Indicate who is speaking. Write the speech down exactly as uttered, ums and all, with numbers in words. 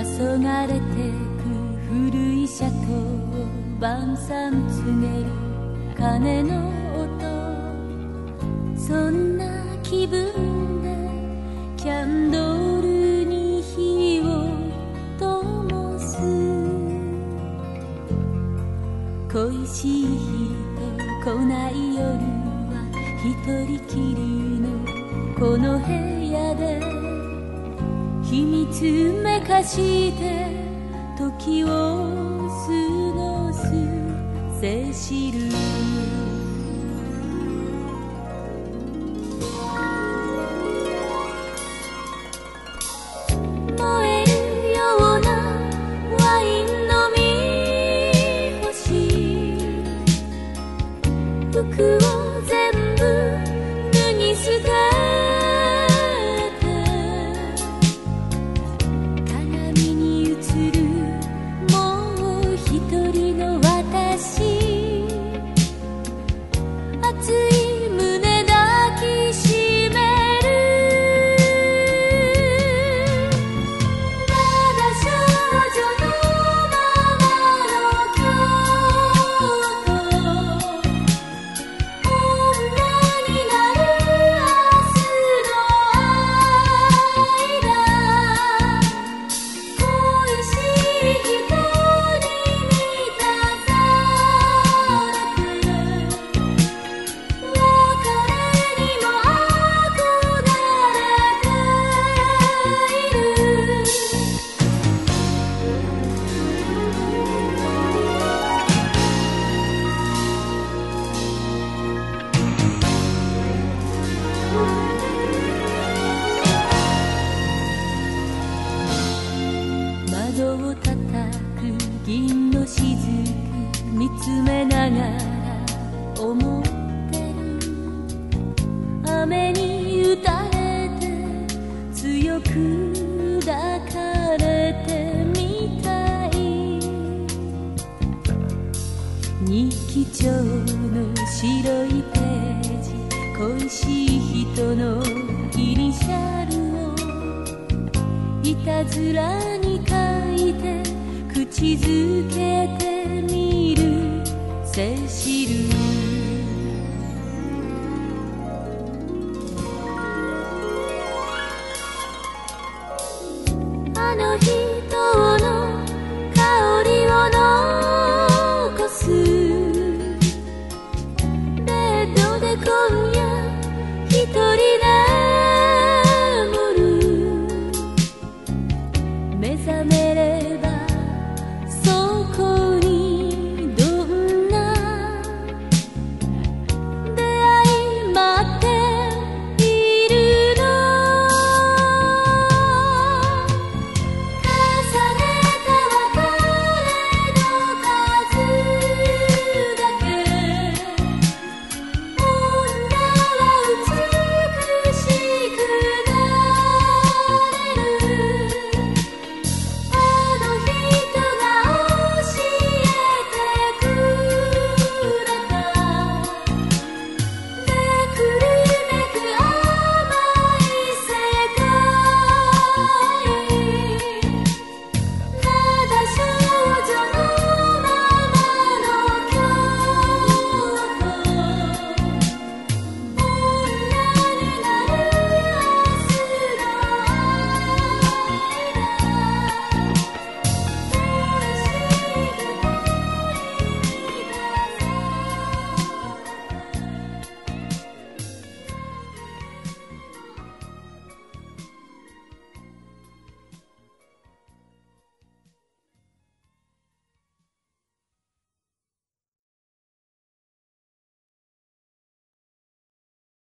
Speaker 1: 黄昏れてく古い車灯を晩餐告げる鐘の音、そんな気分でキャンドルに火を灯す。恋しい日と来ない夜は一人きりのこの部屋で秘密めかして時を過ごすセシル。燃えるようなワイン飲み干し、服を全部脱ぎ捨て窓を叩く銀の雫見つめながら思ってる。雨に打たれて強く抱かれてみたい。日記帳の白いページ、恋しい人のイニシャルをいたずらに書いて口づけてみるセシル。あの人の香りを残すベッドで今夜一人で目覚めれ